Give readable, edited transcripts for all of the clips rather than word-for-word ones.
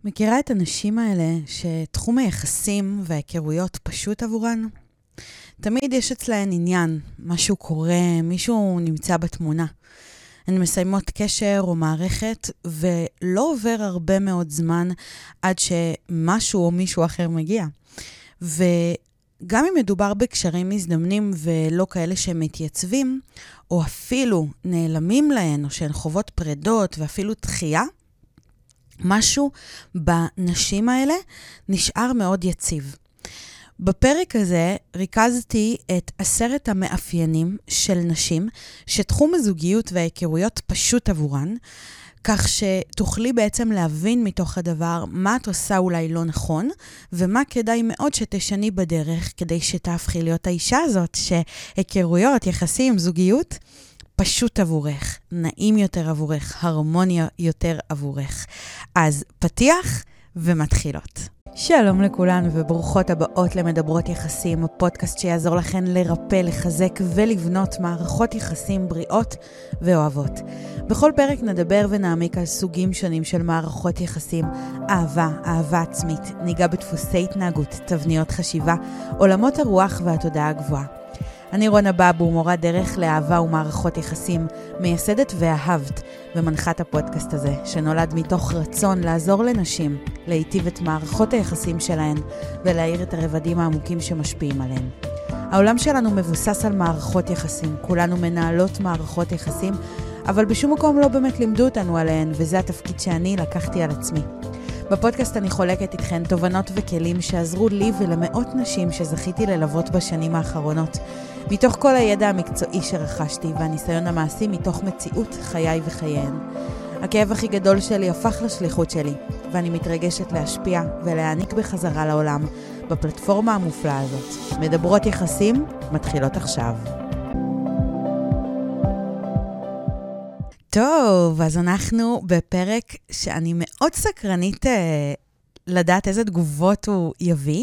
מכירה את הנשים האלה שתחום היחסים וההיכרויות פשוט עבורן? תמיד יש אצלהן עניין, משהו קורה, מישהו נמצא בתמונה. הן מסיימות קשר או מערכת, ולא עובר הרבה מאוד זמן עד שמשהו או מישהו אחר מגיע. וגם אם מדובר בקשרים מזדמנים ולא כאלה שמתייצבים, או אפילו נעלמים להן, או שהן חוות פרדות ואפילו דחייה, משהו בנשים האלה נשאר מאוד יציב. בפרק הזה ריכזתי את 10 המאפיינים של נשים שתחום הזוגיות וההיכרויות פשוט עבורן, כך שתוכלי בעצם להבין מתוך הדבר מה את עושה אולי לא נכון, ומה כדאי מאוד שתשני בדרך כדי שתהפכי להיות האישה הזאת שהיכרויות, יחסים, זוגיות, פשוט עבורך, נעים יותר עבורך, הרמוניה יותר עבורך. אז פתיח ומתחילות. שלום לכולן וברוכות הבאות למדברות יחסים, הפודקאסט שיעזור לכן לרפא, לחזק ולבנות מערכות יחסים בריאות ואוהבות. בכל פרק נדבר ונעמיק על סוגים שונים של מערכות יחסים, אהבה, אהבה עצמית, ניגע בדפוסי התנהגות, תבניות חשיבה, עולמות הרוח והתודעה הגבוהה. אני רונה בבו, מורה דרך לאהבה ומערכות יחסים, מייסדת ואהבת ומנחת הפודקאסט הזה, שנולד מתוך רצון לעזור לנשים, להיטיב את מערכות היחסים שלהן ולהאיר את הרבדים העמוקים שמשפיעים עליהן. העולם שלנו מבוסס על מערכות יחסים, כולנו מנהלות מערכות יחסים, אבל בשום מקום לא באמת לימדו אותנו עליהן, וזה התפקיד שאני לקחתי על עצמי. בפודקאסט אני חולקת איתכן תובנות וכלים שעזרו לי ולמאות נשים שזכיתי ללוות בשנים האחרונות. מתוך כל הידע המקצועי שרכשתי והניסיון המעשי מתוך מציאות חיי וחייהן. הכאב הכי גדול שלי הפך לשליחות שלי, ואני מתרגשת להשפיע ולהעניק בחזרה לעולם בפלטפורמה המופלאה הזאת. מדברות יחסים מתחילות עכשיו. טוב, אז אנחנו בפרק שאני מאוד סקרנית לדעת איזה תגובות הוא יביא,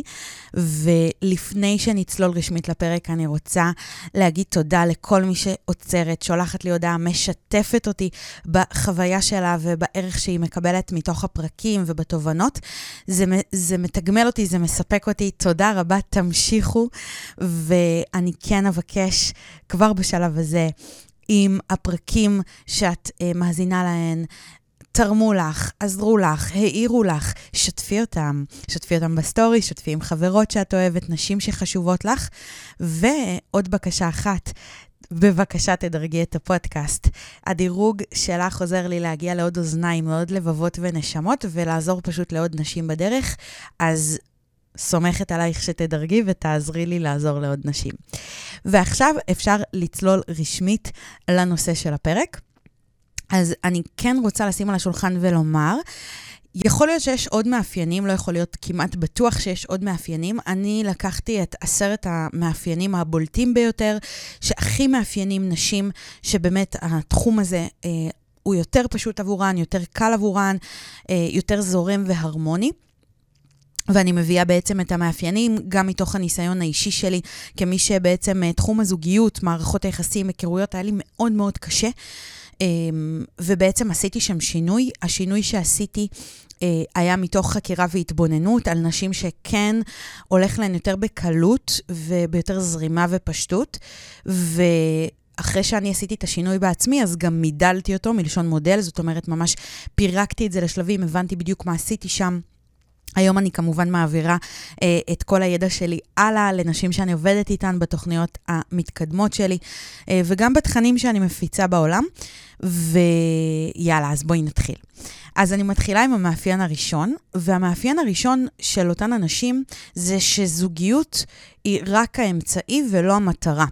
ולפני שנצלול רשמית לפרק אני רוצה להגיד תודה לכל מי שעוצרת, שולחת לי הודעה, משתפת אותי בחוויה שלה ובערך שהיא מקבלת מתוך הפרקים ובתובנות. זה מתגמל אותי, זה מספק אותי, תודה רבה, תמשיכו, ואני כן אבקש כבר בשלב הזה, אם הפרקים שאת מאזינה להן תרמו לך, עזרו לך, העירו לך, שתפי אותם בסטורי, שתפי עם חברות שאת אוהבת, נשים שחשובות לך, ועוד בקשה אחת, בבקשה תדרגי את הפודקאסט. הדירוג שלך עוזר לי להגיע לעוד אוזניים, לעוד לבבות ונשמות, ולעזור פשוט לעוד נשים בדרך, אז סומכת עלייך שתדרגי ותעזרי לי לעזור לעוד נשים. ועכשיו אפשר לצלול רשמית לנושא של הפרק. אז אני כן רוצה לשים על השולחן ולומר, יכול להיות שיש עוד מאפיינים, לא יכול להיות כמעט בטוח שיש עוד מאפיינים. אני לקחתי את 10 המאפיינים הבולטים ביותר, שהכי מאפיינים נשים, שבאמת התחום הזה הוא יותר פשוט עבורן, יותר קל עבורן, יותר זורם והרמוני. ואני מביאה בעצם את המאפיינים, גם מתוך הניסיון האישי שלי, כמי שבעצם תחום הזוגיות, מערכות היחסים, היכרויות, היה לי מאוד מאוד קשה, ובעצם עשיתי שם שינוי. השינוי שעשיתי היה מתוך חקירה והתבוננות על נשים שכן הולך להן יותר בקלות וביותר זרימה ופשטות, אחרי שאני עשיתי את השינוי בעצמי, אז גם מידלתי אותו מלשון מודל, זאת אומרת ממש פירקתי את זה לשלבים, הבנתי בדיוק מה עשיתי שם. היום אני כמובן מעבירה את כל הידע שלי הלאה לנשים שאני עובדת איתן בתוכניות המתקדמות שלי, וגם בתכנים שאני מפיצה בעולם. ויאללה, אז בואי נתחיל. אז אני מתחילה עם המאפיין הראשון, והמאפיין הראשון של אותן אנשים זה שזוגיות היא רק האמצעי ולא המטרה.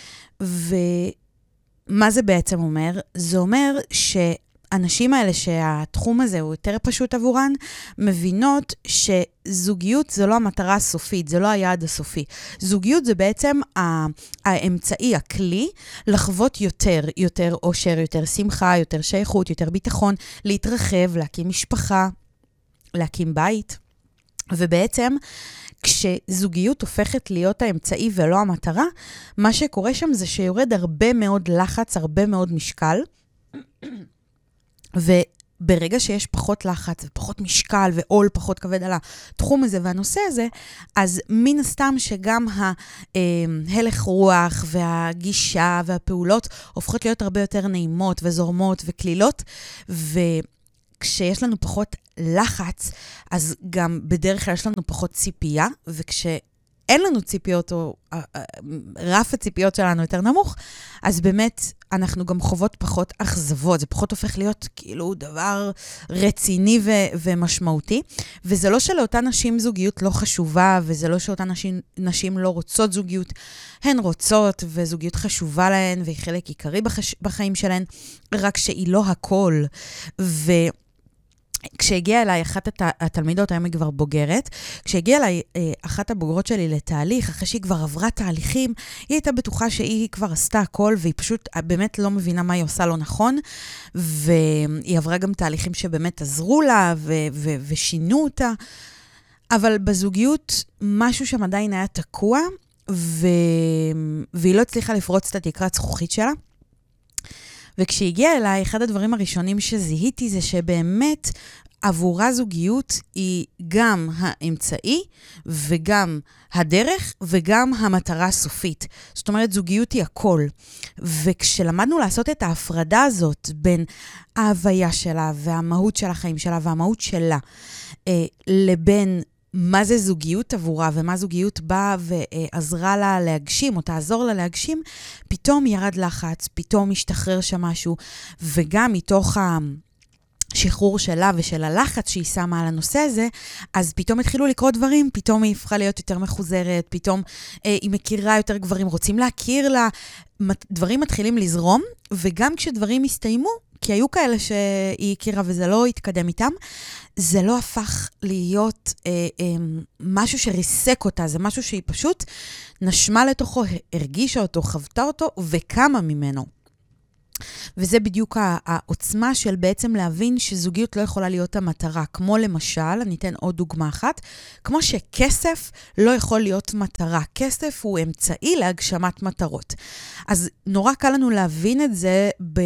ומה זה בעצם אומר? זה אומר הנשים האלה שהתחום הזה הוא יותר פשוט עבורן, מבינות שזוגיות זה לא המטרה הסופית, זה לא היעד הסופי. זוגיות זה בעצם האמצעי, הכלי, לחוות יותר אושר, יותר שמחה, יותר שייכות, יותר ביטחון, להתרחב, להקים משפחה, להקים בית. ובעצם כשזוגיות הופכת להיות האמצעי ולא המטרה, מה שקורה שם זה שיורד הרבה מאוד לחץ, הרבה מאוד משקל, ברגע שיש פחות לחץ ופחות משקל ועול פחות כבד על התחום הזה והנושא הזה, אז מן הסתם שגם ההלך רוח והגישה והפעולות הופכות להיות הרבה יותר נעימות וזורמות וכלילות, וכשיש לנו פחות לחץ, אז גם בדרך כלל יש לנו פחות ציפייה, וכשאין לנו ציפיות, או רף הציפיות שלנו יותר נמוך, אז באמת אנחנו גם חוות פחות אכזבות, זה פחות הופך להיות כאילו דבר רציני ומשמעותי, וזה לא שלאותן נשים זוגיות לא חשובה, וזה לא שאותן נשים לא רוצות זוגיות, הן רוצות, וזוגיות חשובה להן, והיא חלק עיקרי בחיים שלהן, רק שהיא לא הכל. כשהגיעה אליי אחת התלמידות, היום היא כבר בוגרת, כשהגיעה אליי אחת הבוגרות שלי לתהליך, אחרי שהיא כבר עברה תהליכים, היא הייתה בטוחה שהיא כבר עשתה הכל, והיא פשוט באמת לא מבינה מה היא עושה לא נכון, והיא עברה גם תהליכים שבאמת עזרו לה ושינו אותה, אבל בזוגיות משהו שם עדיין היה תקוע, והיא לא הצליחה לפרוץ את התקרת זכוכית שלה, וכשהיא הגיעה אליי, אחד הדברים הראשונים שזיהיתי זה שבאמת עבורה זוגיות היא גם האמצעי וגם הדרך וגם המטרה הסופית. זאת אומרת, זוגיות היא הכל. וכשלמדנו לעשות את ההפרדה הזאת בין ההוויה שלה והמהות של החיים שלה והמהות שלה, לבין מה זה זוגיות עבורה, ומה זוגיות באה ועזרה לה להגשים, או תעזור לה להגשים, פתאום ירד לחץ, פתאום השתחרר שם משהו, וגם מתוך השחרור שלה ושל הלחץ שהיא שמה על הנושא הזה, אז פתאום התחילו לקרות דברים, פתאום היא הפכה להיות יותר מחוזרת, פתאום היא מכירה יותר גברים, רוצים להכיר לה, דברים מתחילים לזרום, וגם כשדברים הסתיימו, כי היו כאלה שהיא הכירה וזה לא התקדם איתם, זה לא הפך להיות משהו שריסק אותה, זה משהו שהיא פשוט נשמה לתוכו, הרגישה אותו, חוותה אותו וקמה ממנו. וזה בדיוק העוצמה של בעצם להבין שזוגיות לא יכולה להיות המטרה. כמו למשל, אני אתן עוד דוגמה אחת, כמו שכסף לא יכול להיות מטרה. כסף הוא אמצעי להגשמת מטרות. אז נורא קל לנו להבין את זה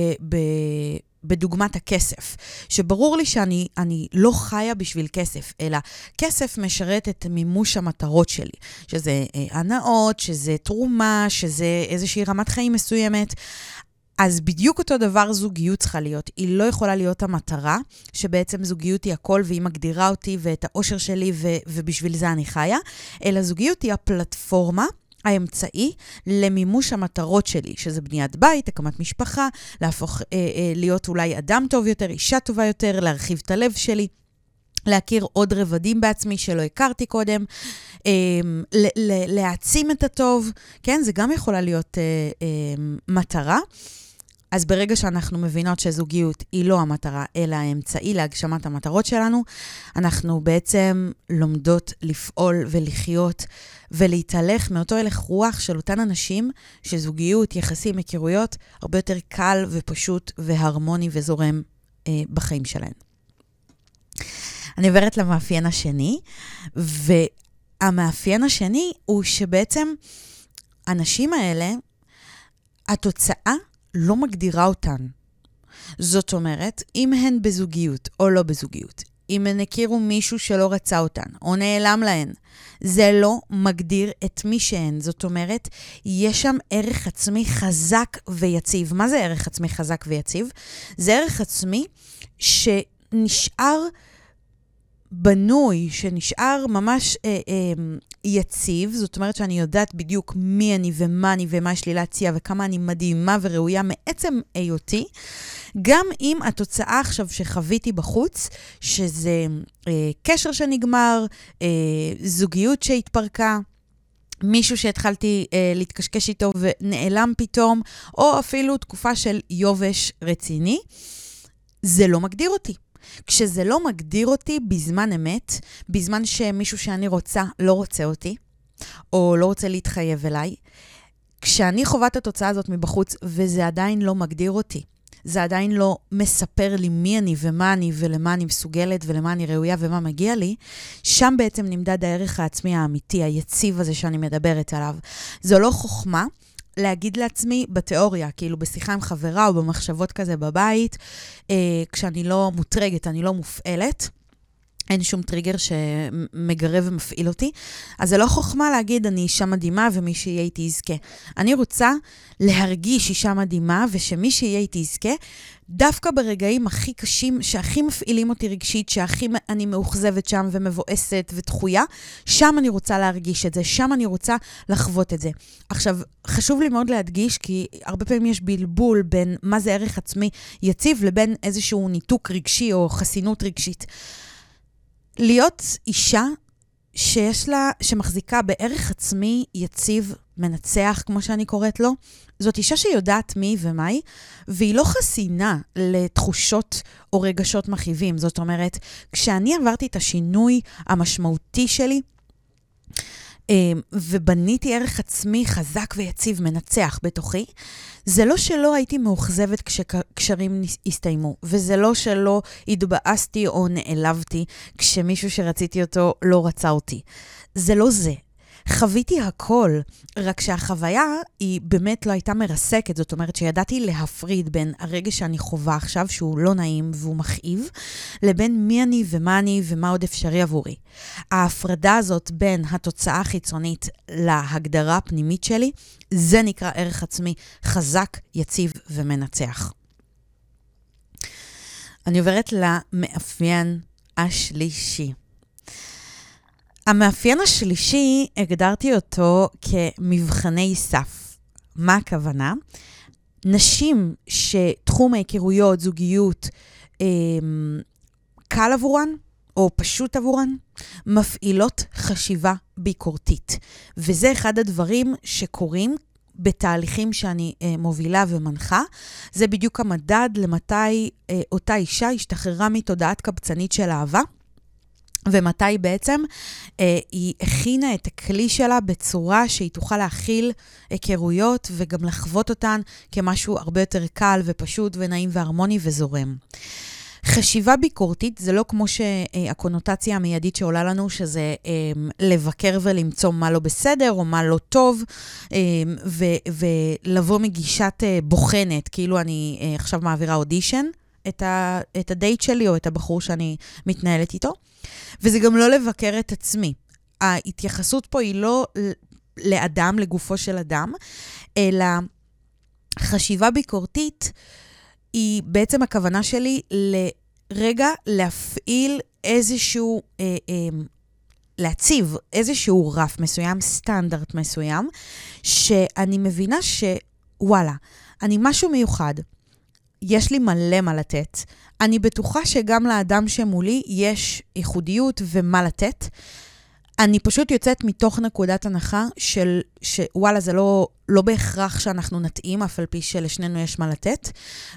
בדוגמת הכסף, שברור לי שאני לא חיה בשביל כסף, אלא כסף משרת את מימוש המטרות שלי, שזה הנאות, שזה תרומה, שזה איזושהי רמת חיים מסוימת. אז בדיוק אותו דבר זוגיות צריכה להיות. היא לא יכולה להיות המטרה, שבעצם זוגיות היא הכל, והיא מגדירה אותי ואת האושר שלי, ובשביל זה אני חיה, אלא זוגיות היא הפלטפורמה, האמצעי למימוש המטרות שלי, שזה בניית בית, הקמת משפחה, להפוך להיות אולי אדם טוב יותר, אישה טובה יותר, להרחיב את הלב שלי, להכיר עוד רבדים בעצמי שלא הכרתי קודם, להעצים את הטוב, כן? זה גם יכולה להיות מטרה. אז ברגע שאנחנו מבינות שזוגיות היא לא המטרה, אלא האמצעי להגשמת המטרות שלנו, אנחנו בעצם לומדות לפעול ולחיות ולהתהלך מאותו הלך רוח של אותן אנשים שזוגיות, יחסים, היכרויות, הרבה יותר קל ופשוט והרמוני וזורם בחיים שלהם. אני עוברת למאפיין השני, והמאפיין השני הוא שבעצם הנשים האלה, התוצאה לא מגדירה אותן. זאת אומרת, אם הן בזוגיות או לא בזוגיות, אם הן הכירו מישהו שלא רצה אותן או נעלם להן, זה לא מגדיר את מי שהן. זאת אומרת, יש שם ערך עצמי חזק ויציב. מה זה ערך עצמי חזק ויציב? זה ערך עצמי שנשאר בנוי, שנשאר ממש יציב, זאת אומרת שאני יודעת בדיוק מי אני ומה אני ומה יש לי להציע וכמה אני מדהימה וראויה מעצם היותי, גם אם התוצאה עכשיו שחוויתי בחוץ, שזה קשר שנגמר, זוגיות שהתפרקה, מישהו שהתחלתי להתקשקש איתו ונעלם פתאום, או אפילו תקופה של יובש רציני, זה לא מגדיר אותי. כשזה לא מגדיר אותי בזמן אמת, בזמן שמישהו שאני רוצה לא רוצה אותי, או לא רוצה להתחייב אליי, כשאני חווה את התוצאה הזאת מבחוץ, וזה עדיין לא מגדיר אותי, זה עדיין לא מספר לי מי אני ומה אני ולמה אני מסוגלת ולמה אני ראויה ומה מגיע לי, שם בעצם נמדד הערך העצמי האמיתי, היציב הזה שאני מדברת עליו. זו לא חוכמה, להגיד לעצמי בתיאוריה, כאילו בשיחה עם חברה או במחשבות כזה בבית, כשאני לא מוטרגת, אני לא מופעלת, אין שום טריגר שמגרב ומפעיל אותי, אז זה לא חוכמה להגיד, אני אישה מדהימה ומי שיהיה איתי יזכה. אני רוצה להרגיש אישה מדהימה ושמי שיהיה איתי יזכה, דווקא ברגעים הכי קשים, שהכי מפעילים אותי רגשית, שהכי אני מאוכזבת שם ומבואסת ודחויה, שם אני רוצה להרגיש את זה, שם אני רוצה לחוות את זה. עכשיו, חשוב לי מאוד להדגיש, כי הרבה פעמים יש בלבול בין מה זה ערך עצמי יציב, לבין איזשהו ניתוק רגשי או חסינות רגשית. להיות אישה שמחזיקה בערך עצמי יציב, מנצח, כמו שאני קוראת לו, זאת אישה שיודעת מי ומהי, והיא לא חסינה לתחושות או רגשות מכאיבים. זאת אומרת, כשאני עברתי את השינוי המשמעותי שלי, ובניתי ערך עצמי חזק ויציב, מנצח בתוכי, זה לא שלא הייתי מאוכזבת כשקשרים הסתיימו, וזה לא שלא התבאסתי או נעלבתי כשמישהו שרציתי אותו לא רצה אותי. זה לא זה. חוויתי הכל, רק שהחוויה היא באמת לא הייתה מרסקת, זאת אומרת שידעתי להפריד בין הרגש שאני חווה עכשיו, שהוא לא נעים והוא מכאיב, לבין מי אני ומה אני ומה עוד אפשרי עבורי. ההפרדה הזאת בין התוצאה החיצונית להגדרה הפנימית שלי, זה נקרא ערך עצמי חזק, יציב ומנצח. אני עוברת למאפיין השלישי. המאפיין השלישי, הגדרתי אותו כמבחני סף. מה הכוונה? נשים שתחום ההיכרויות, זוגיות, קל עבורן, או פשוט עבורן, מפעילות חשיבה ביקורתית. וזה אחד הדברים שקורים בתהליכים שאני מובילה ומנחה. זה בדיוק המדד למתי אותה אישה השתחררה מתודעת קבצנית של אהבה, ומתי בעצם היא הכינה את הכלי שלה בצורה שהיא תוכל להכיל היכרויות וגם לחוות אותן כמשהו הרבה יותר קל ופשוט ונעים והרמוני וזורם. חשיבה ביקורתית זה לא כמו שהקונוטציה המיידית שעולה לנו, שזה לבקר ולמצוא מה לא בסדר או מה לא טוב, ולבוא מגישת בוחנת, כאילו אני עכשיו מעבירה אודישן, את הדייט שלי או את הבחור שאני מתנהלת איתו. וזה גם לא לבקר את עצמי. ההתייחסות פה היא לא לאדם, לגופו של אדם, אלא חשיבה ביקורתית היא בעצם הכוונה שלי לרגע להפעיל איזשהו, להציב איזשהו רף מסוים, סטנדרט מסוים, שאני מבינה שוואלה, אני משהו מיוחד, יש לי מלא מה לתת, אני בטוחה שגם לאדם שמולי יש ייחודיות ומה לתת. אני פשוט יוצאת מתוך נקודת הנחה שוואלה, זה לא בהכרח שאנחנו נתאים, אף על פי שלשנינו יש מה לתת.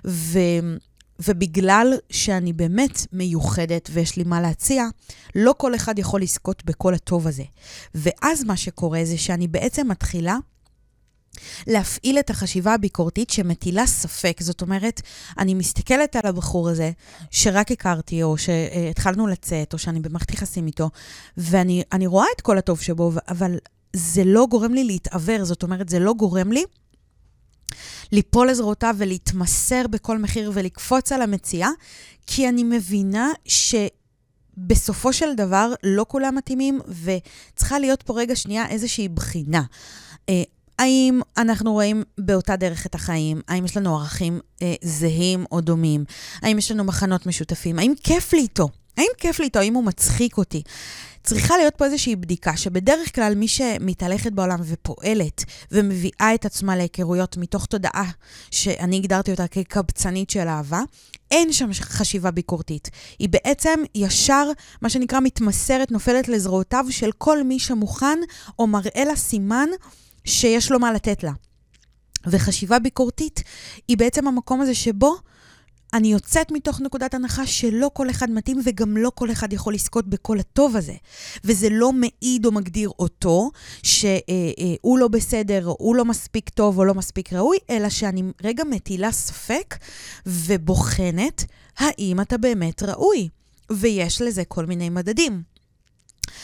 ובגלל שאני באמת מיוחדת ויש לי מה להציע, לא כל אחד יכול לזכות בכל הטוב הזה. ואז מה שקורה זה שאני בעצם מתחילה להפעיל את החשיבה הביקורתית שמטילה ספק. זאת אומרת, אני מסתכלת על הבחור הזה שרק הכרתי, או שהתחלנו לצאת, או שאני במערכת יחסים איתו, ואני רואה את כל הטוב שבו, אבל זה לא גורם לי להתעבר. זאת אומרת, זה לא גורם לי ליפול לזרועותיו ולהתמסר בכל מחיר ולקפוץ על המציאה, כי אני מבינה שבסופו של דבר לא כולם מתאימים, וצריכה להיות פה רגע שנייה איזושהי בחינה. האם אנחנו רואים באותה דרך את החיים? האם יש לנו ערכים זהים או דומים? האם יש לנו מחנות משותפים? האם כיף לי איתו? האם כיף לי איתו? האם הוא מצחיק אותי? צריכה להיות פה איזושהי בדיקה, שבדרך כלל מי שמתהלכת בעולם ופועלת ומביאה את עצמה להיכרויות מתוך תודעה, שאני הגדרתי אותה כקבצנית של אהבה, אין שם חשיבה ביקורתית. היא בעצם ישר, מה שנקרא, מתמסרת, נופלת לזרועותיו של כל מי שמוכן או מראה לה סימן שיש לו מה לתת לה. וחשיבה ביקורתית היא בעצם המקום הזה שבו אני יוצאת מתוך נקודת הנחה שלא כל אחד מתאים, וגם לא כל אחד יכול לזכות בכל הטוב הזה. וזה לא מעיד או מגדיר אותו שהוא לא בסדר, או הוא לא מספיק טוב או לא מספיק ראוי, אלא שאני רגע מטילה ספק ובוחנת האם אתה באמת ראוי. ויש לזה כל מיני מדדים.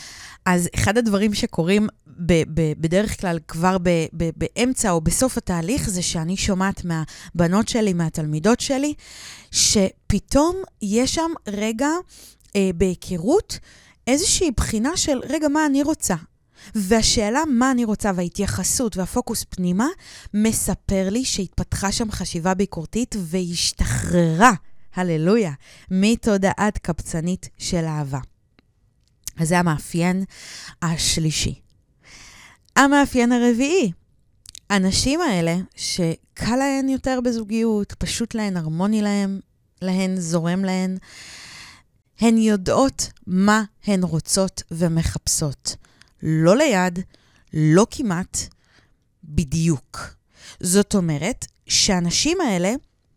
אז אחד הדברים שקורים בדרך כלל כבר באמצע או בסוף התהליך, זה שאני שומעת מהבנות שלי, מהתלמידות שלי, שפתאום יש שם רגע בהיכרות, איזושהי בחינה של רגע מה אני רוצה. והשאלה מה אני רוצה וההתייחסות והפוקוס פנימה, מספר לי שהתפתחה שם חשיבה ביקורתית והשתחררה, הללויה, מתודעת קבצנית של אהבה. אז זה המאפיין השלישי. המאפיין הרביעי, הנשים האלה שקל להן יותר בזוגיות, פשוט להן, הרמוני להן, זורם להן, הן יודעות מה הן רוצות ומחפשות. לא ליד, לא כמעט, בדיוק. זאת אומרת שהנשים האלה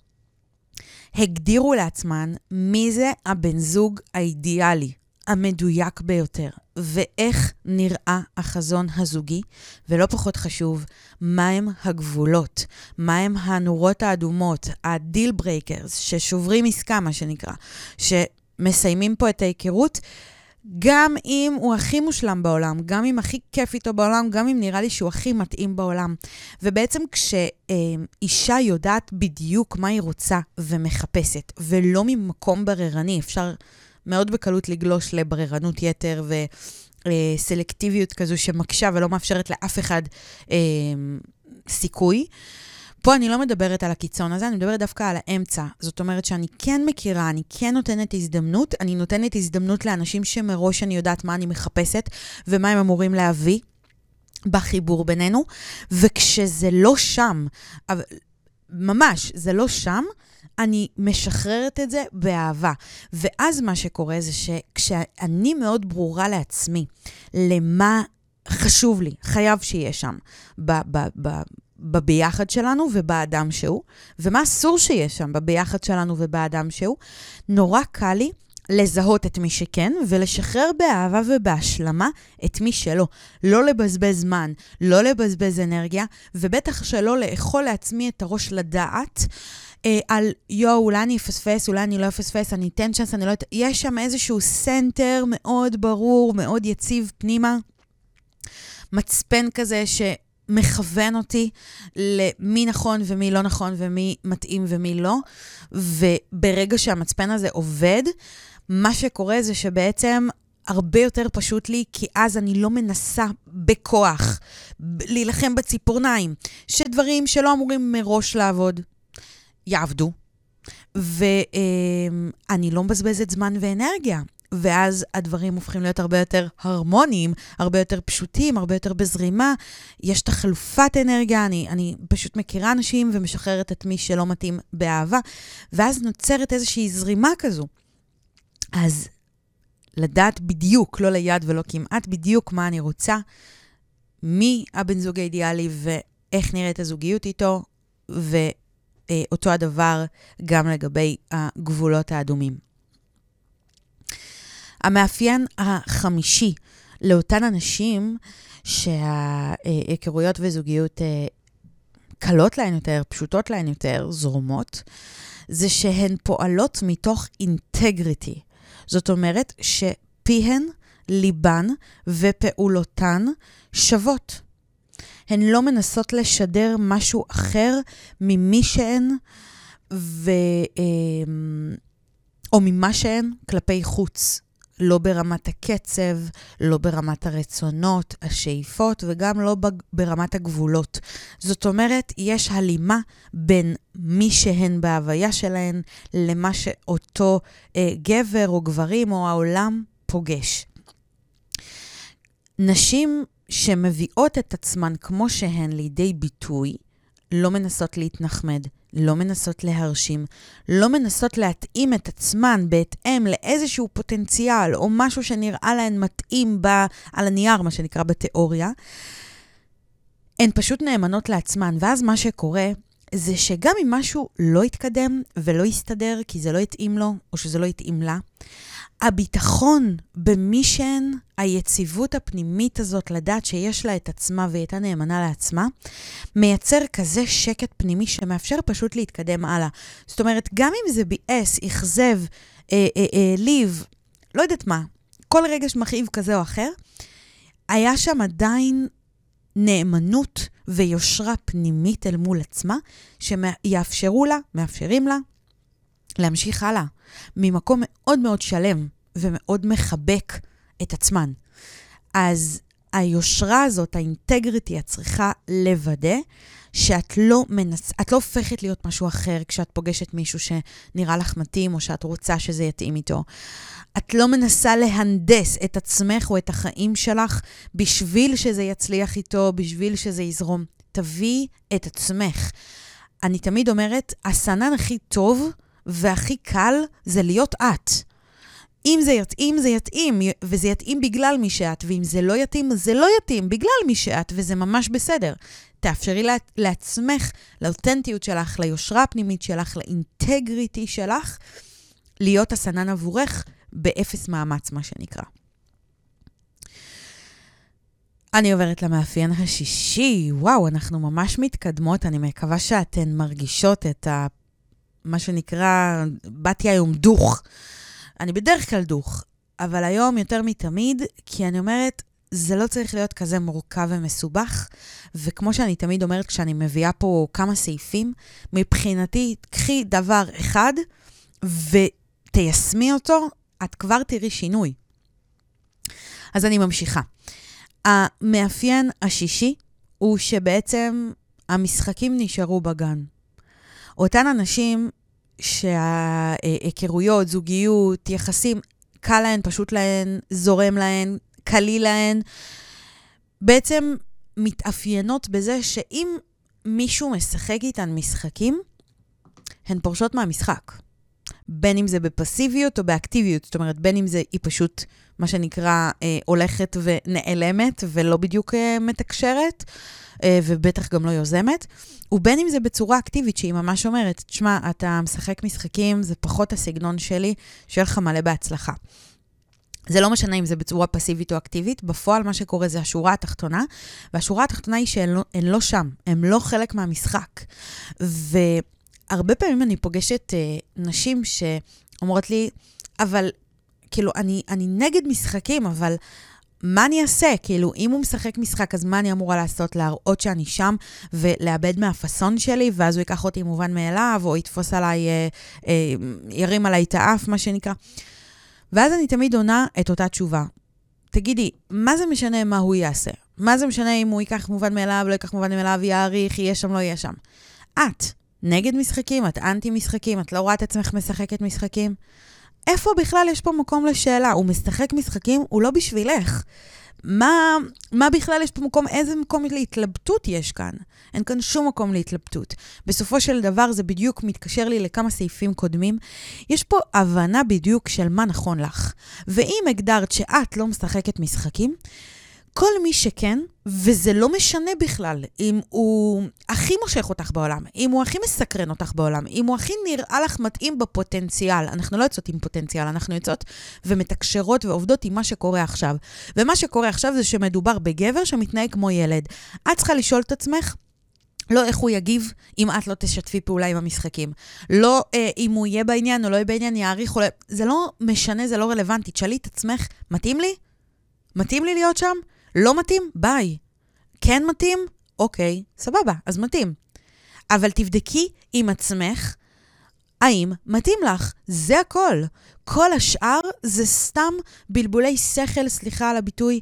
הגדירו לעצמן מי זה הבן זוג האידיאלי, המדויק ביותר, ואיך נראה החזון הזוגי, ולא פחות חשוב, מהם הגבולות, מהם הנורות האדומות, הדיל ברייקרס, ששוברים עסקה, מה שנקרא, שמסיימים פה את ההיכרות, גם אם הוא הכי מושלם בעולם, גם אם הכי כיף איתו בעולם, גם אם נראה לי שהוא הכי מתאים בעולם. ובעצם כשאישה יודעת בדיוק מה היא רוצה ומחפשת, ולא ממקום בררני, אפשר מאוד בקלות לגלוש לבררנות יתר וסלקטיביות כזו שמקשה ולא מאפשרת לאף אחד סיכוי. פה אני לא מדברת על הקיצון הזה, אני מדברת דווקא על האמצע. זאת אומרת שאני כן מכירה, אני כן נותנת הזדמנות, אני נותנת הזדמנות לאנשים שמראש אני יודעת מה אני מחפשת, ומה הם אמורים להביא בחיבור בינינו, וכשזה לא שם, ממש, זה לא שם, אני משחררת את זה באהבה. ואז מה שקורה זה שכשאני מאוד ברורה לעצמי, למה חשוב לי, חייב שיהיה שם, בביחד שלנו ובאדם שהוא, ומה אסור שיש שם בביחד שלנו ובאדם שהוא, נורא קל לי לזהות את מי שכן, ולשחרר באהבה ובהשלמה את מי שלא. לא לבזבז זמן, לא לבזבז אנרגיה, ובטח שלא לאכול לעצמי את הראש לדעת, על אולי אני אפספס, אולי אני לא אפספס, אני אתן צ'אנס, אני לא אתן... יש שם איזשהו סנטר מאוד ברור, מאוד יציב פנימה, מצפן כזה מכוון אותי למי נכון ומי לא נכון ומי מתאים ומי לא, וברגע שהמצפן הזה עובד, מה שקורה זה שבעצם הרבה יותר פשוט לי, כי אז אני לא מנסה בכוח להילחם בציפורניים, שדברים שלא אמורים מראש לעבוד, יעבדו, ואני לא מבזבזת זמן ואנרגיה. ואז הדברים הופכים להיות הרבה יותר הרמוניים, הרבה יותר פשוטים, הרבה יותר בזרימה. יש תחלופת אנרגיה, אני פשוט מכירה אנשים ומשחררת את מי שלא מתאים באהבה, ואז נוצרת איזושהי זרימה כזו. אז לדעת בדיוק, לא ליד ולא כמעט, בדיוק מה אני רוצה, מי הבן זוג האידיאלי ואיך נראית הזוגיות איתו, ואותו הדבר גם לגבי הגבולות האדומים. המאפיין החמישי לאותן אנשים שההיכרויות וזוגיות קלות להן יותר, פשוטות להן יותר, זורמות, זה שהן פועלות מתוך אינטגריטי. זאת אומרת שפיהן, ליבן ופעולותן שוות. הן לא מנסות לשדר משהו אחר ממי שהן או ממה שהן כלפי חוץ. לא ברמת הקצב, לא ברמת הרצונות, השאיפות, וגם לא ברמת הגבולות. זאת אומרת, יש הלימה בין מי שהן בהוויה שלהן, למה שאותו גבר או גברים או העולם פוגש. נשים שמביאות את עצמן כמו שהן לידי ביטוי, לא מנסות להתנחמד, לא מנסות להרשים, לא מנסות להתאים את עצמן בהתאם לאיזשהו פוטנציאל או משהו שנראה להן מתאים על הנייר, מה שנקרא בתיאוריה. הן פשוט נאמנות לעצמן, ואז מה שקורה זה שגם אם משהו לא יתקדם ולא יסתדר כי זה לא יתאים לו או שזה לא יתאים לה, הביטחון במי שהן, היציבות הפנימית הזאת לדעת שיש לה את עצמה והייתה נאמנה לעצמה, מייצר כזה שקט פנימי שמאפשר פשוט להתקדם הלאה. זאת אומרת, גם אם זה ביאס, יחזב, ליב, לא יודעת מה, כל רגש מכאיב כזה או אחר, היה שם עדיין נאמנות ויושרה פנימית אל מול עצמה, מאפשרים לה להמשיך הלאה, ממקום מאוד מאוד שלם ומאוד מחבק את עצמן. אז היושרה הזאת, האינטגריטי, את צריכה לוודא שאת לא הופכת להיות משהו אחר כשאת פוגשת מישהו שנראה לך מתאים או שאת רוצה שזה יתאים איתו. את לא מנסה להנדס את עצמך או את החיים שלך בשביל שזה יצליח איתו, בשביל שזה יזרום. תביאי את עצמך. אני תמיד אומרת, הסנן הכי טוב והכי קל זה להיות את. אם זה יתאים, זה יתאים, וזה יתאים בגלל מי שאת, ואם זה לא יתאים, זה לא יתאים בגלל מי שאת, וזה ממש בסדר. תאפשרי לעצמך, לאותנטיות שלך, ליושרה הפנימית שלך, לאינטגריטי שלך, להיות הסנן עבורך באפס מאמץ, מה שנקרא. אני עוברת למאפיין השישי. וואו, אנחנו ממש מתקדמות. אני מקווה שאתן מרגישות את מה שנקרא, באתי היום דוך. אני בדרך כלל דוך, אבל היום יותר מתמיד, כי אני אומרת, זה לא צריך להיות כזה מורכב ומסובך, וכמו שאני תמיד אומרת, כשאני מביאה פה כמה סעיפים, מבחינתי, קחי דבר אחד, ותיישמי אותו, את כבר תראי שינוי. אז אני ממשיכה. המאפיין השישי, הוא שבעצם המשחקים נשארו בגן. אותן אנשים שההיכרויות, זוגיות, יחסים, קל להן, פשוט להן, זורם להן, קלי להן, בעצם מתאפיינות בזה שאם מישהו משחק איתן משחקים, הן פורשות מהמשחק. בין אם זה בפסיביות או באקטיביות, זאת אומרת, בין אם זה היא פשוט, מה שנקרא, הולכת ונעלמת ולא בדיוק מתקשרת, ובטח גם לא יוזמת, ובין אם זה בצורה אקטיבית, שהיא ממש אומרת, תשמע, אתה משחק משחקים, זה פחות הסגנון שלי, שיהיה לך מלא בהצלחה. זה לא משנה אם זה בצורה פסיבית או אקטיבית, בפועל מה שקורה זה השורה התחתונה, והשורה התחתונה היא שהן לא שם, הן לא חלק מהמשחק. והרבה פעמים אני פוגשת נשים שאומרות לי, אבל, כאילו, אני נגד משחקים, אבל מה אני אעשה? כאילו, אם הוא משחק משחק, אז מה אני אמורה לעשות? להראות שאני שם ולאבד מהפסון שלי, ואז הוא ייקח אותי מובן מאליו, או יתפוס עליי, ירים עליי את האף, מה שנקרא. ואז אני תמיד עונה את אותה תשובה. תגידי, מה זה משנה מה הוא יעשה? מה זה משנה אם הוא ייקח מובן מאליו, לא ייקח מובן מאליו, יעריך, יהיה שם, לא יהיה שם? את נגד משחקים, את אנטי משחקים, את לא רואה את עצמך משחקת משחקים? איפה בכלל יש פה מקום לשאלה? הוא משחק משחקים, הוא לא בשבילך. מה בכלל יש פה מקום? איזה מקום להתלבטות יש כאן? אין כאן שום מקום להתלבטות. בסופו של דבר זה בדיוק מתקשר לי לכמה סעיפים קודמים. יש פה הבנה בדיוק של מה נכון לך. ואם הגדרת שאת לא משחקת משחקים, כל מי שכן, וזה לא משנה בכלל, אם הוא הכי מושך אותך בעולם, אם הוא הכי מסקרן אותך בעולם, אם הוא הכי נראה לך מתאים בפוטנציאל, אנחנו לא יוצאות עם פוטנציאל, אנחנו יוצאות ומתקשרות ועובדות עם מה שקורה עכשיו. ומה שקורה עכשיו זה שמדובר בגבר שמתנהג כמו ילד. את צריכה לשאול את עצמך, לא איך הוא יגיב אם את לא תשתפי פעולה עם המשחקים. לא אם הוא יהיה בעניין או לא יהיה בעניין, יעריך או לא... זה לא משנה, זה לא רלוונטי. תשאלי את עצמך, מתאים לי? מתאים לי להיות שם? לא מתאים? ביי. כן מתאים? אוקיי, סבבה, אז מתאים. אבל תבדקי עם עצמך, האם מתאים לך? זה הכל. כל השאר זה סתם בלבולי שכל, סליחה על הביטוי,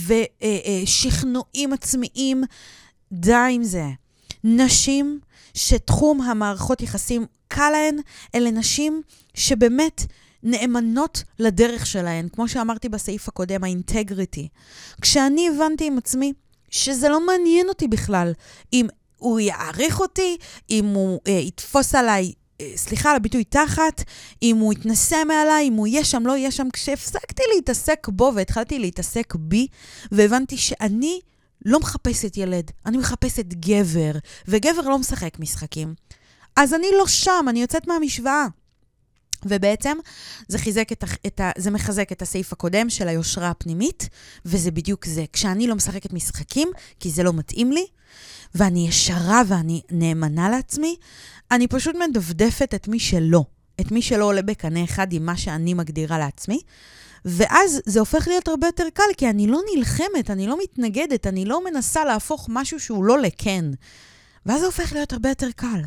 ושכנועים עצמיים. די עם זה. נשים שתחום המערכות יחסים קל להן, אלה נשים שבאמת נאמנות לדרך שלהן, כמו שאמרתי בסעיף הקודם, האינטגריטי. כשאני הבנתי עם עצמי שזה לא מעניין אותי בכלל, אם הוא יעריך אותי, אם הוא יתפוס עליי, סליחה על הביטוי תחת, אם הוא יתנסה מעליי, אם הוא יהיה שם, לא יהיה שם, כשהפסקתי להתעסק בו והתחלתי להתעסק בי, והבנתי שאני לא מחפשת ילד, אני מחפשת גבר, וגבר לא משחק משחקים. אז אני לא שם, אני יוצאת מהמשוואה. ובעצם זה מחזק את הסעיף הקודם של היושרה הפנימית, וזה בדיוק זה. כשאני לא משחקת משחקים, כי זה לא מתאים לי, ואני ישרה ואני נאמנה לעצמי, אני פשוט מדפדפת את מי שלא. את מי שלא עולה בקנה אחד עם מה שאני מגדירה לעצמי, ואז זה הופך להיות הרבה יותר קל, כי אני לא נלחמת, אני לא מתנגדת, אני לא מנסה להפוך משהו שהוא לא לכן. ואז זה הופך להיות הרבה יותר קל.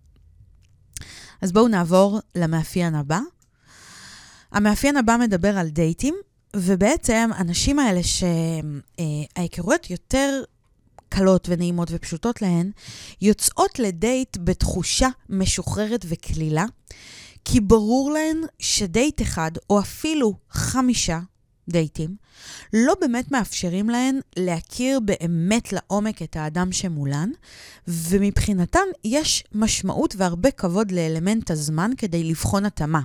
אז בואו נעבור למאפיין הבא. המאפיין הבא מדבר על דייטים, ובעצם אנשים האלה שההיכרויות יותר קלות ונעימות ופשוטות להן, יוצאות לדייט בתחושה משוחררת וכלילה, כי ברור להן שדייט אחד, או אפילו 5 דייטים, לא באמת מאפשרים להן להכיר באמת לעומק את האדם שמולן, ומבחינתן יש משמעות והרבה כבוד לאלמנט הזמן כדי לבחון התאמה.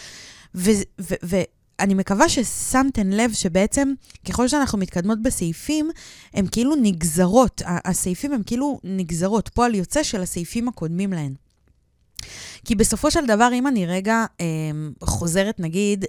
ואני מקווה ששמתן לב שבעצם ככל שאנחנו מתקדמות בסעיפים, הם כאילו נגזרות, הסעיפים הם כאילו נגזרות, פועל יוצא של הסעיפים הקודמים להן. כי בסופו של דבר, אם אני רגע חוזרת נגיד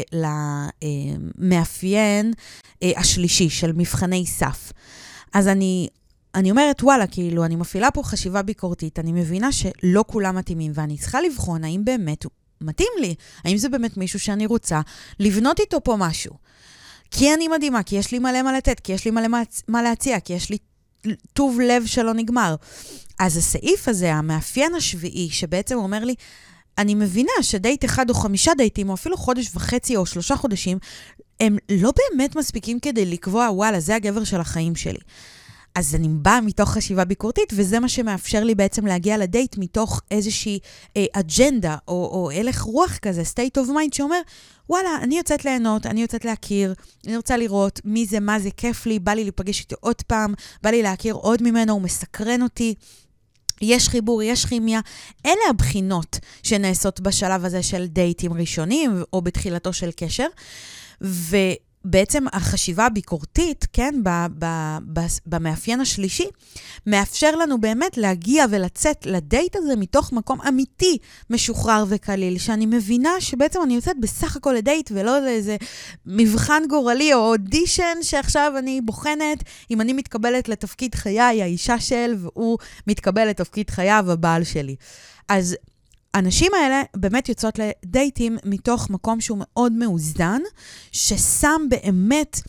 למאפיין השלישי של מבחני סף, אז אני אומרת, וואלה, כאילו, אני מפעילה פה חשיבה ביקורתית, אני מבינה שלא כולם מתאימים, ואני צריכה לבחון האם באמת מתאים לי, האם זה באמת מישהו שאני רוצה לבנות איתו פה משהו. כי אני מדהימה, כי יש לי מלא לתת, כי יש לי מלא מה להציע, כי יש לי טוב לב שלא נגמר. אז הסעיף הזה, המאפיין השביעי, שבעצם אומר לי, אני מבינה שדייט 1 או 5 דייטים, או אפילו 1.5 חודש או 3 חודשים, הם לא באמת מספיקים כדי לקבוע, וואלה, זה הגבר של החיים שלי. אז אני באה מתוך חשיבה ביקורתית, וזה מה שמאפשר לי בעצם להגיע לדייט מתוך איזושהי אג'נדה, או הלך רוח כזה, state of mind, שאומר, וואלה, אני יוצאת ליהנות, אני יוצאת להכיר, אני רוצה לראות מי זה, מה זה, כיף לי, בא לי להיפגש איתו עוד פעם, בא לי להכיר עוד ממנו, הוא מסקרן אותי, יש חיבור, יש כימיה. אלה הבחינות שנעשות בשלב הזה של דייטים ראשונים, או בתחילתו של קשר, בעצם החשיבה הביקורתית, כן, במאפיין השלישי, מאפשר לנו באמת להגיע ולצאת לדייט הזה מתוך מקום אמיתי, משוחרר וקליל, שאני מבינה שבעצם אני יוצאת בסך הכל לדייט, ולא לאיזה מבחן גורלי או אודישן שעכשיו אני בוחנת, אם אני מתקבלת לתפקיד חיי, האישה של, והוא מתקבל לתפקיד חייו, הבעל שלי. אז הנשים האלה באמת יוצאות לדייטים מתוך מקום שהוא מאוד מאוזן, ששם באמת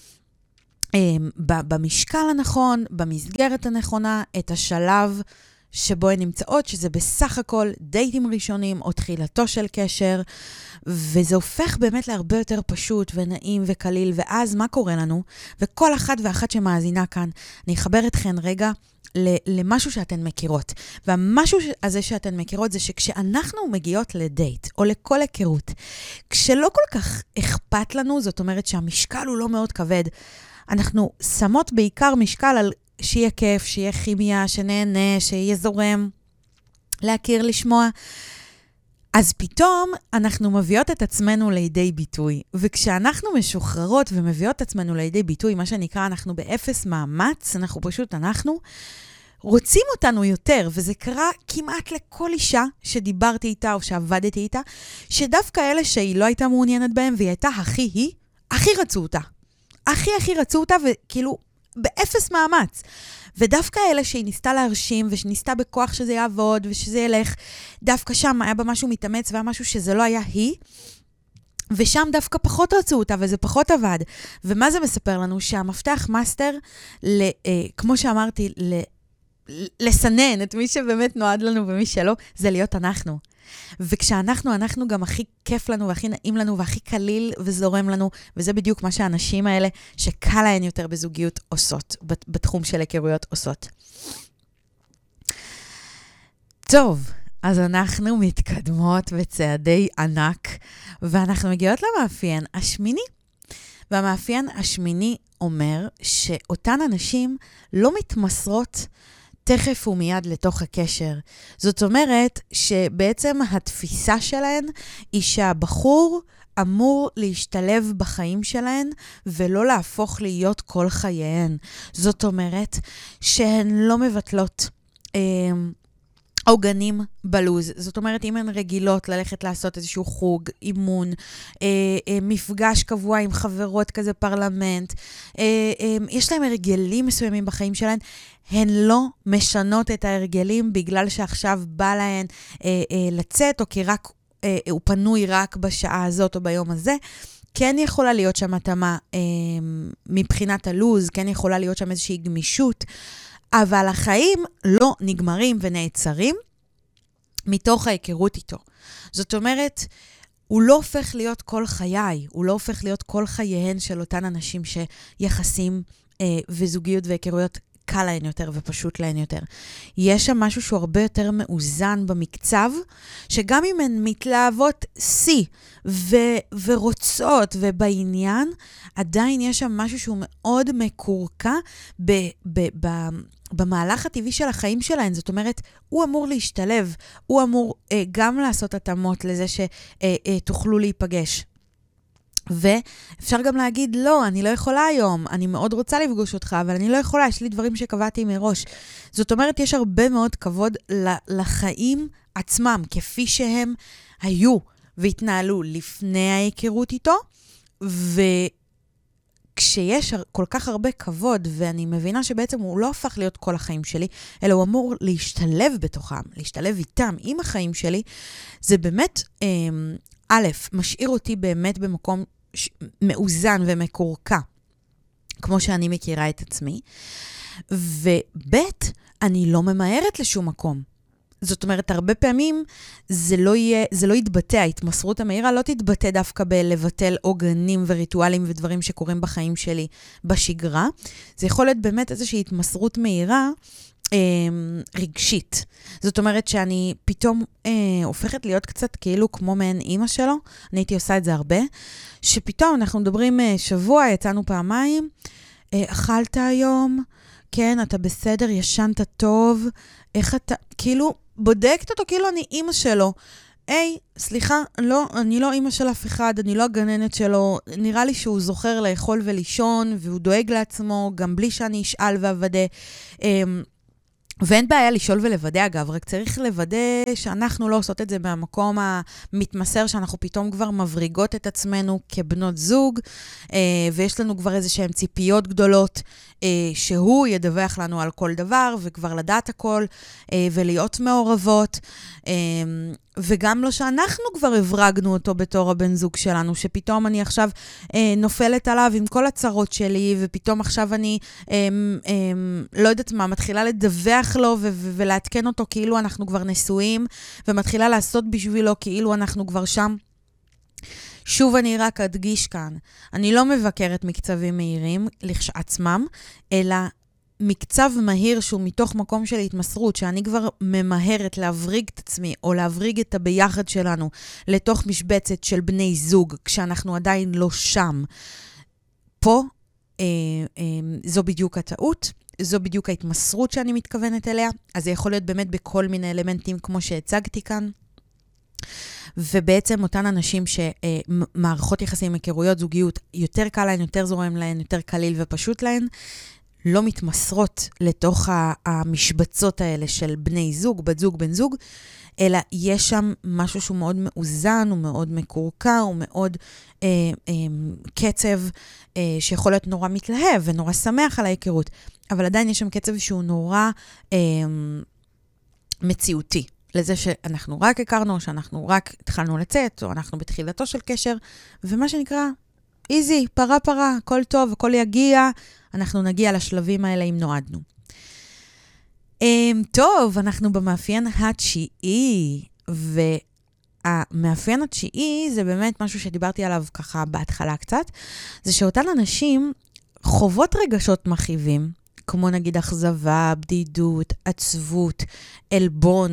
במשקל הנכון, במסגרת הנכונה, את השלב שבו הן נמצאות, שזה בסך הכל דייטים ראשונים או תחילתו של קשר, וזה הופך באמת להרבה יותר פשוט ונעים וקליל, ואז מה קורה לנו? וכל אחת ואחת שמאזינה כאן, אני אחבר אתכן רגע, למשהו שאתן מכירות. והמשהו הזה שאתן מכירות זה שכשאנחנו מגיעות לדייט או לכל היכרות, כשלא כל כך אכפת לנו, זאת אומרת שהמשקל הוא לא מאוד כבד, אנחנו שמות בעיקר משקל על שיהיה כיף, שיהיה כימיה, שנהנה, שיהיה זורם, להכיר, לשמוע. אז פתאום אנחנו מביאות את עצמנו לידי ביטוי, וכשאנחנו משוחררות ומביאות את עצמנו לידי ביטוי, מה שנקרא, אנחנו באפס מאמץ, אנחנו רוצים אותנו יותר, וזה קרה כמעט לכל אישה שדיברתי איתה או שעבדתי איתה, שדווקא אלה שהיא לא הייתה מעוניינת בהם, והיא הייתה הכי רצו אותה. הכי רצו אותה, וכאילו באפס מאמץ. ודווקא אלה שהיא ניסתה להרשים, ושניסתה בכוח שזה יעבוד, ושזה ילך, דווקא שם היה בה משהו מתאמץ, והיה משהו שזה לא היה היא, ושם דווקא פחות רצו אותה, וזה פחות עבד. ומה זה מספר לנו? שהמפתח מאסטר, כמו שאמרתי, לסנן את מי שבאמת נועד לנו ומי שלא, זה להיות אנחנו. וכשאנחנו גם הכי כיף לנו, והכי נעים לנו, והכי קליל וזורם לנו, וזה בדיוק מה שהאנשים האלה, שקל להן יותר בזוגיות עושות, בתחום של היכרויות עושות. טוב, אז אנחנו מתקדמות בצעדי ענק, ואנחנו מגיעות למאפיין השמיני. והמאפיין השמיני אומר שאותן אנשים לא מתמסרות תכף ומיד לתוך הקשר. זאת אומרת שבעצם התפיסה שלהן היא שהבחור אמור להשתלב בחיים שלהן ולא להפוך להיות כל חייהן. זאת אומרת שהן לא מבטלות עוגנים בלוז. זאת אומרת, אם הן רגילות ללכת לעשות איזשהו חוג, אימון, מפגש קבוע עם חברות כזה פרלמנט, יש להם הרגלים מסוימים בחיים שלהן, הן לא משנות את ההרגלים בגלל שעכשיו בא להן לצאת, או כי רק הוא פנוי רק בשעה הזאת או ביום הזה, כן יכולה להיות שם התאמה מבחינת הלוז, כן יכולה להיות שם איזושהי גמישות, אבל החיים לא נגמרים ונעצרים מתוך ההיכרות איתו. זאת אומרת, הוא לא הופך להיות כל חיי, הוא לא הופך להיות כל חייהן של אותן אנשים שיחסים וזוגיות והיכרויות קל להן יותר ופשוט להן יותר. יש שם משהו שהוא הרבה יותר מאוזן במקצב, שגם אם הן מתלהבות שיא ורוצות ובעניין, עדיין יש שם משהו שהוא מאוד מקורקע במהלך הטבעי של החיים שלהן. זאת אומרת, הוא אמור להשתלב, הוא אמור גם לעשות התאמות לזה שתוכלו להיפגש. ואפשר גם להגיד, לא, אני לא יכולה היום, אני מאוד רוצה לפגוש אותך, אבל אני לא יכולה, יש לי דברים שקבעתי מראש. זאת אומרת, יש הרבה מאוד כבוד לחיים עצמם, כפי שהם היו והתנהלו לפני ההיכרות איתו, וכשיש כל כך הרבה כבוד, ואני מבינה שבעצם הוא לא הפך להיות כל החיים שלי, אלא הוא אמור להשתלב בתוכם, להשתלב איתם, עם החיים שלי, זה באמת, א', משאיר אותי באמת במקום מאוזן ומקורקע, כמו שאני מכירה את עצמי, וב', אני לא ממהרת לשום מקום. זאת אומרת, הרבה פעמים זה לא יתבטא, ההתמסרות המהירה לא תתבטא דווקא בלבטל עוגנים וריטואלים ודברים שקורים בחיים שלי בשגרה. זה יכול להיות באמת איזושהי התמסרות מהירה, רגשית. זאת אומרת שאני פתאום הופכת להיות קצת כאילו כמו מעין אימא שלו, אני הייתי עושה את זה הרבה, שפתאום אנחנו מדברים שבוע, יצאנו פעמיים, אכלת היום, כן, אתה בסדר, ישנת טוב, איך אתה, כאילו, בודקת אותו כאילו אני אימא שלו, סליחה, לא, אני לא אימא של אף אחד, אני לא הגננת שלו, נראה לי שהוא זוכר לאכול ולישון, והוא דואג לעצמו, גם בלי שאני אשאל ועבדה, ואין בעיה לשאול ולוודא, אגב, רק צריך לוודא שאנחנו לא עושות את זה מהמקום המתמסר, שאנחנו פתאום כבר מבריגות את עצמנו כבנות זוג, ויש לנו כבר איזשהם ציפיות גדולות, שהוא ידווח לנו על כל דבר, וכבר לדעת הכל, ולהיות מעורבות, וגם לא שאנחנו כבר הברגנו אותו בתור הבן זוג שלנו, שפתאום אני עכשיו נופלת עליו עם כל הצרות שלי, ופתאום עכשיו אני לא יודעת מה, מתחילה לדווח לו ולהתקן אותו כאילו אנחנו כבר נשואים, ומתחילה לעשות בשבילו כאילו אנחנו כבר שם. שוב אני רק אדגיש כאן, אני לא מבקרת מקצבים מהירים לכשעצמם, אלא מקצב מהיר שהוא מתוך מקום של התמסרות, שאני כבר ממהרת להבריג את עצמי, או להבריג את הביחד שלנו לתוך משבצת של בני זוג, כשאנחנו עדיין לא שם. פה זו בדיוק הטעות, זו בדיוק ההתמסרות שאני מתכוונת אליה, אז זה יכול להיות באמת בכל מיני אלמנטים כמו שהצגתי כאן. ובעצם אותן אנשים שמערכות יחסים, היכרויות, זוגיות, יותר קל להן, יותר זורם להן, יותר קליל ופשוט להן, לא מתמסרות לתוך המשבצות האלה של בני זוג, בת זוג, בן זוג, אלא יש שם משהו שהוא מאוד מאוזן, הוא מאוד מקורקע, הוא מאוד קצב שיכול להיות נורא מתלהב ונורא שמח על ההיכרות, אבל עדיין יש שם קצב שהוא נורא מציאותי. לזה שאנחנו רק הכרנו, או שאנחנו רק התחלנו לצאת, או אנחנו בתחילתו של קשר, ומה שנקרא, איזי, פרה פרה, הכל טוב, הכל יגיע, אנחנו נגיע לשלבים האלה אם נועדנו. טוב, אנחנו במאפיין התשיעי, והמאפיין התשיעי זה באמת משהו שדיברתי עליו ככה בהתחלה קצת, זה שאותן אנשים חוות רגשות מכאיבים, כמו נגיד אכזבה, בדידות, עצבות, אלבון,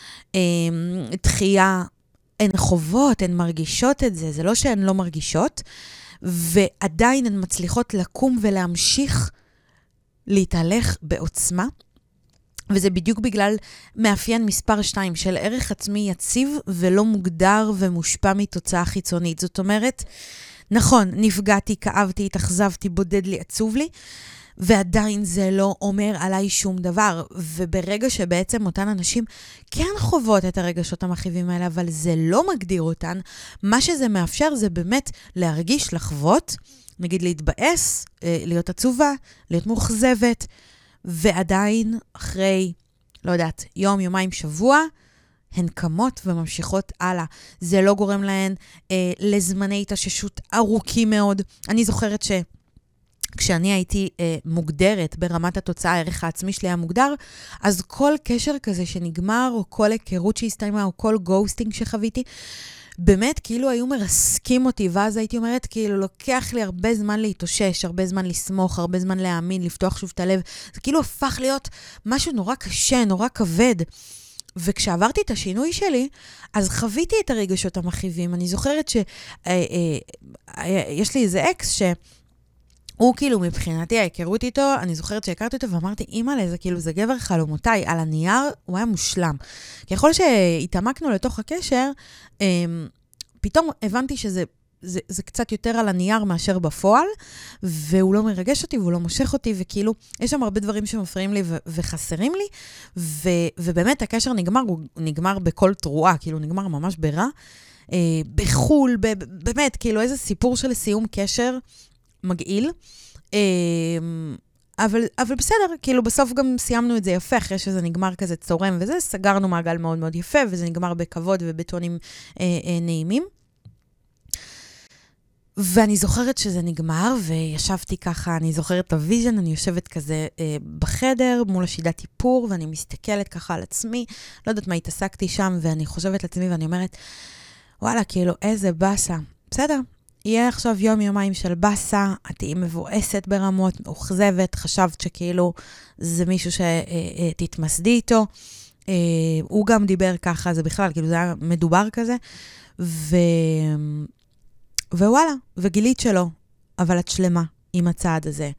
דחייה, הן חוות, הן מרגישות את זה, זה לא שהן לא מרגישות, ועדיין הן מצליחות לקום ולהמשיך להתהלך בעוצמה, וזה בדיוק בגלל מאפיין מספר 2 של ערך עצמי יציב ולא מוגדר ומושפע מתוצאה חיצונית. זאת אומרת, נכון, נפגעתי, כאבתי, התאכזבתי, בודד לי, עצוב לי, ועדיין זה לא אומר עליי שום דבר. וברגע שבעצם אותן אנשים כן חוות את הרגשות המכאיבים האלה, אבל זה לא מגדיר אותן, מה שזה מאפשר זה באמת להרגיש, לחוות, נגיד להתבאס, להיות עצובה, להיות מוחזבת, ועדיין אחרי, לא יודעת, יום, יומיים, שבוע, הן קמות וממשיכות הלאה. זה לא גורם להן לזמני התאוששות ארוכים מאוד. אני זוכרת כשאני הייתי מוגדרת ברמת התוצאה, הערך העצמי שלי היה מוגדר, אז כל קשר כזה שנגמר, או כל היכרות שהסתיימה, או כל גוסטינג שחוויתי, באמת כאילו היו מרסקים אותי, ואז הייתי אומרת, כאילו לוקח לי הרבה זמן להתאושש, הרבה זמן לסמוך, הרבה זמן להאמין, לפתוח שוב את הלב. זה כאילו הפך להיות משהו נורא קשה, נורא כבד. וכשעברתי את השינוי שלי, אז חוויתי את הרגשות המכאיבים. אני זוכרת שיש לי איזה אקס הוא כאילו מבחינתי, ההיכרות איתו, אני זוכרת שהכרתי אותו ואמרתי, אימא'לה, זה כאילו, זה גבר חלומותיי, על הנייר הוא היה מושלם. ככל שהתעמקנו לתוך הקשר, פתאום הבנתי זה קצת יותר על הנייר מאשר בפועל, והוא לא מרגש אותי, והוא לא מושך אותי, וכאילו, יש שם הרבה דברים שמפריעים לי וחסרים לי, ובאמת הקשר נגמר, הוא נגמר בכל תרועה, כאילו נגמר ממש ברע, בחול, באמת, כאילו איזה סיפור של סיום קשר, מגעיל, אבל בסדר, כאילו בסוף גם סיימנו את זה יפה, אחרי שזה נגמר כזה צורם וזה, סגרנו מעגל מאוד מאוד יפה, וזה נגמר בכבוד ובטונים נעימים. ואני זוכרת שזה נגמר, וישבתי ככה, אני זוכרת את הוויז'ן, אני יושבת כזה בחדר, מול השידת איפור, ואני מסתכלת ככה על עצמי, לא יודעת מה התעסקתי שם, ואני חושבת לעצמי, ואני אומרת, וואלה, כאילו, איזה בסה. בסדר, יהיה עכשיו יום-יומיים של בסה, את תהיי מבואסת ברמות, מאוכזבת, חשבת שכאילו זה מישהו שתתמסדי איתו, הוא גם דיבר ככה, זה בכלל, כאילו זה היה מדובר כזה, ווואלה, וגילית שלו, אבל את שלמה עם הצעד הזה,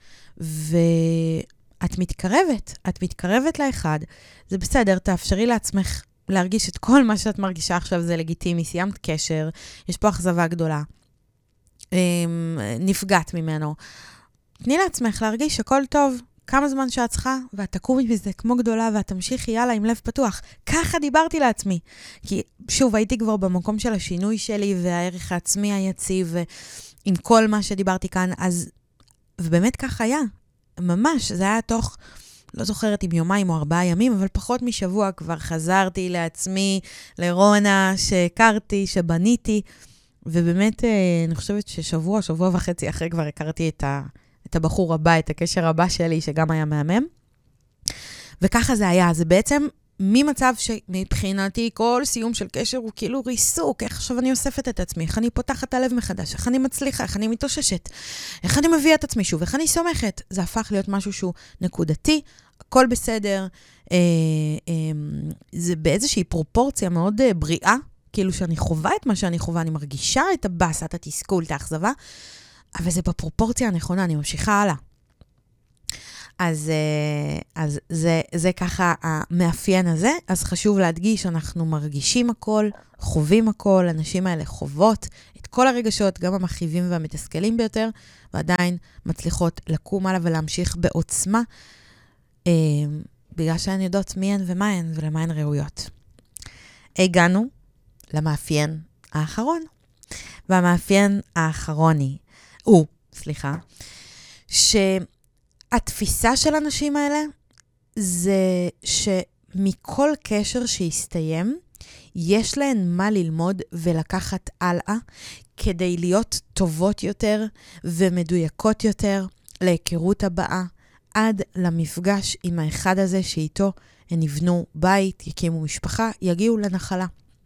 ואת מתקרבת לאחד, זה בסדר, תאפשרי לעצמך להרגיש את כל מה שאת מרגישה עכשיו זה לגיטימי, סיימת קשר, יש פה אכזבה גדולה, נפגעת ממנו. תני לעצמך להרגיש שכל טוב, כמה זמן שאת צריכה, ואת תקומי בזה כמו גדולה, ואת תמשיכי יאללה עם לב פתוח. ככה דיברתי לעצמי. כי שוב, הייתי כבר במקום של השינוי שלי, והערך העצמי היציב, עם כל מה שדיברתי כאן, אז, ובאמת כך היה. ממש, זה היה תוך, לא זוכרת אם יומיים או 4 ימים, אבל פחות משבוע כבר חזרתי לעצמי, לרונה, שהכרתי, שבניתי, ובאמת, אני חושבת ששבוע וחצי אחרי כבר הכרתי את הבחור הבא, את הקשר הבא שלי, שגם היה מהמם. וככה זה היה. זה בעצם ממצב שמבחינתי כל סיום של קשר הוא כאילו ריסוק. איך עכשיו אני אוספת את עצמי? איך אני פותחת הלב מחדש? איך אני מצליחה? איך אני מתאוששת? איך אני מביאה את עצמי שוב? איך אני סומכת? זה הפך להיות משהו שהוא נקודתי, הכל בסדר. זה באיזושהי פרופורציה מאוד בריאה, כאילו שאני חווה את מה שאני חווה, אני מרגישה את הבאסה, את התסכול, את האכזבה, אבל זה בפרופורציה הנכונה, אני ממשיכה הלאה. אז זה ככה המאפיין הזה, אז חשוב להדגיש, אנחנו מרגישים הכל, חווים הכל, הנשים האלה חוות את כל הרגשות, גם המכאיבים והמתסכלים ביותר, ועדיין מצליחות לקום הלאה ולהמשיך בעוצמה, בגלל שהן יודעות מי הן ומה הן ולמה הן ראויות. הגענו למאפיין האחרון, והמאפיין האחרוני שהתפיסה של האנשים האלה זה שמכל קשר שיסתיים, יש להן מה ללמוד ולקחת הלאה כדי להיות טובות יותר ומדויקות יותר להיכרות הבאה, עד למפגש עם האחד הזה שאיתו הן יבנו בית, יקימו משפחה, יגיעו לנחלה.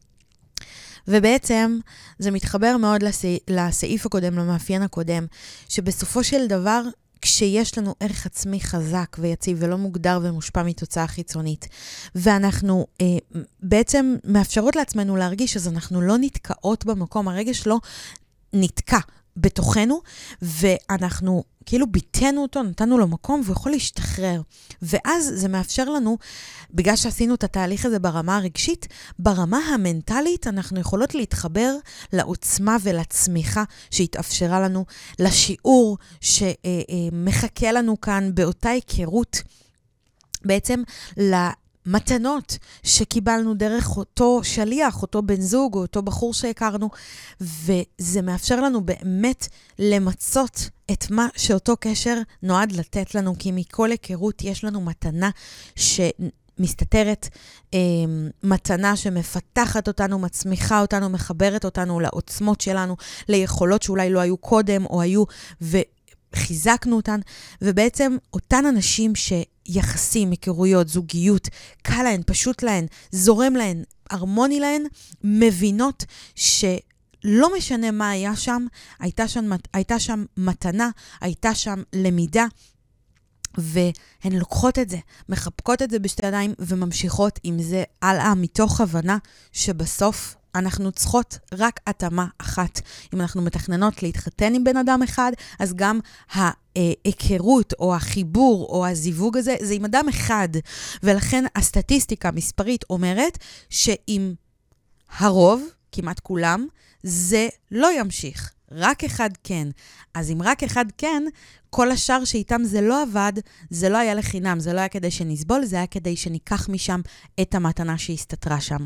ובעצם זה מתחבר מאוד לסעיף הקודם, למאפיין הקודם, שבסופו של דבר, כשיש לנו ערך עצמי חזק ויציב ולא מוגדר ומושפע מתוצאה חיצונית, ואנחנו בעצם מאפשרות לעצמנו להרגיש אז אנחנו לא נתקעות במקום, הרגש לא נתקע בתוכנו, ואנחנו כאילו ביטנו אותו, נתנו לו מקום, והוא יכול להשתחרר. ואז זה מאפשר לנו, בגלל שעשינו את התהליך הזה ברמה הרגשית, ברמה המנטלית אנחנו יכולות להתחבר לעוצמה ולצמיחה שהתאפשרה לנו, לשיעור שמחכה לנו כאן באותה היכרות, בעצם מתנות שקיבלנו דרך אותו שליח, אותו בן זוג, או אותו בחור שהכרנו, וזה מאפשר לנו באמת למצות את מה שאותו קשר נועד לתת לנו, כי מכל היכרות יש לנו מתנה מסתתרת מתנה שמפתחת אותנו, מצמיחה אותנו, מחברת אותנו לעוצמות שלנו, ליכולות שאולי לא היו קודם, או היו וחיזקנו אותן, ובעצם אותן אנשים שיחסים, היכרויות, זוגיות, קל להן, פשוט להן, זורם להן, הרמוני להן, מבינות שלא משנה מה היה שם, הייתה שם מתנה, הייתה שם למידה, והן לוקחות את זה, מחבקות את זה בשתי ידיים וממשיכות עם זה הלאה, מתוך הבנה שבסוף אנחנו צריכות רק התאמה אחת. אם אנחנו מתכננות להתחתן עם בן אדם אחד, אז גם ההיכרות או החיבור או הזיווג הזה, זה עם אדם אחד. ולכן הסטטיסטיקה המספרית אומרת שאם הרוב, כמעט כולם, זה לא ימשיך. רק אחד כן. אז אם רק אחד כן, כל השאר שאיתם זה לא עבד, זה לא היה לחינם, זה לא היה כדי שנסבול, זה היה כדי שניקח משם את המתנה שהסתתרה שם.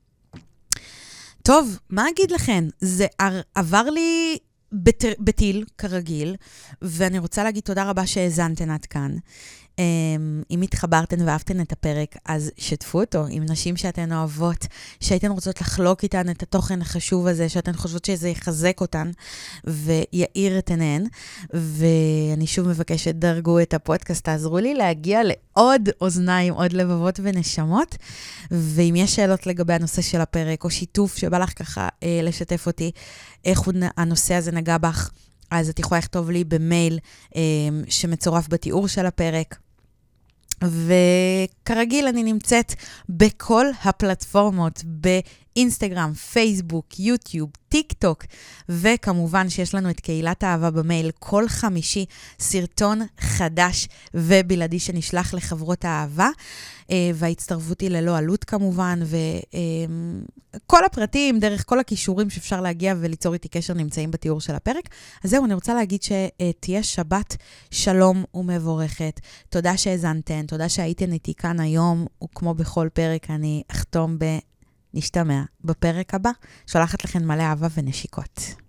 טוב, מה אגיד לכם? זה עבר לי בטיל, כרגיל, ואני רוצה להגיד תודה רבה שהאזנתן עד כאן. אם התחברתן ואהבתן את הפרק, אז שתפו אותו עם נשים שאתן אוהבות, שהייתן רוצות לחלוק איתן את התוכן החשוב הזה, שאתן חושבות שזה יחזק אותן ויעיר את עיניהן. ואני שוב מבקשת, דרגו את הפודקאסט, תעזרו לי להגיע לעוד אוזניים, עוד לבבות ונשמות. ואם יש שאלות לגבי הנושא של הפרק, או שיתוף שבא לך ככה לשתף אותי, איך הנושא הזה נגע בך, אז את יכולה לכתוב לי במייל שמצורף בתיאור של הפרק. וכרגיל אני נמצאת בכל הפלטפורמות, באינסטגרם, פייסבוק, יוטיוב, טיק טוק, וכמובן שיש לנו את קהילת האהבה במייל, כל חמישי סרטון חדש ובלעדי שנשלח לחברות האהבה, וההצטרפות היא ללא עלות כמובן, וכל הפרטים דרך כל הכישורים שאפשר להגיע וליצור איתי קשר נמצאים בתיאור של הפרק. אז זהו, אני רוצה להגיד שתהיה שבת שלום ומבורכת. תודה שהאזנתן, תודה שהייתן איתי כאן היום, וכמו בכל פרק אני אחתום נשתמע בפרק הבא. שולחת לכם מלא אהבה ונשיקות.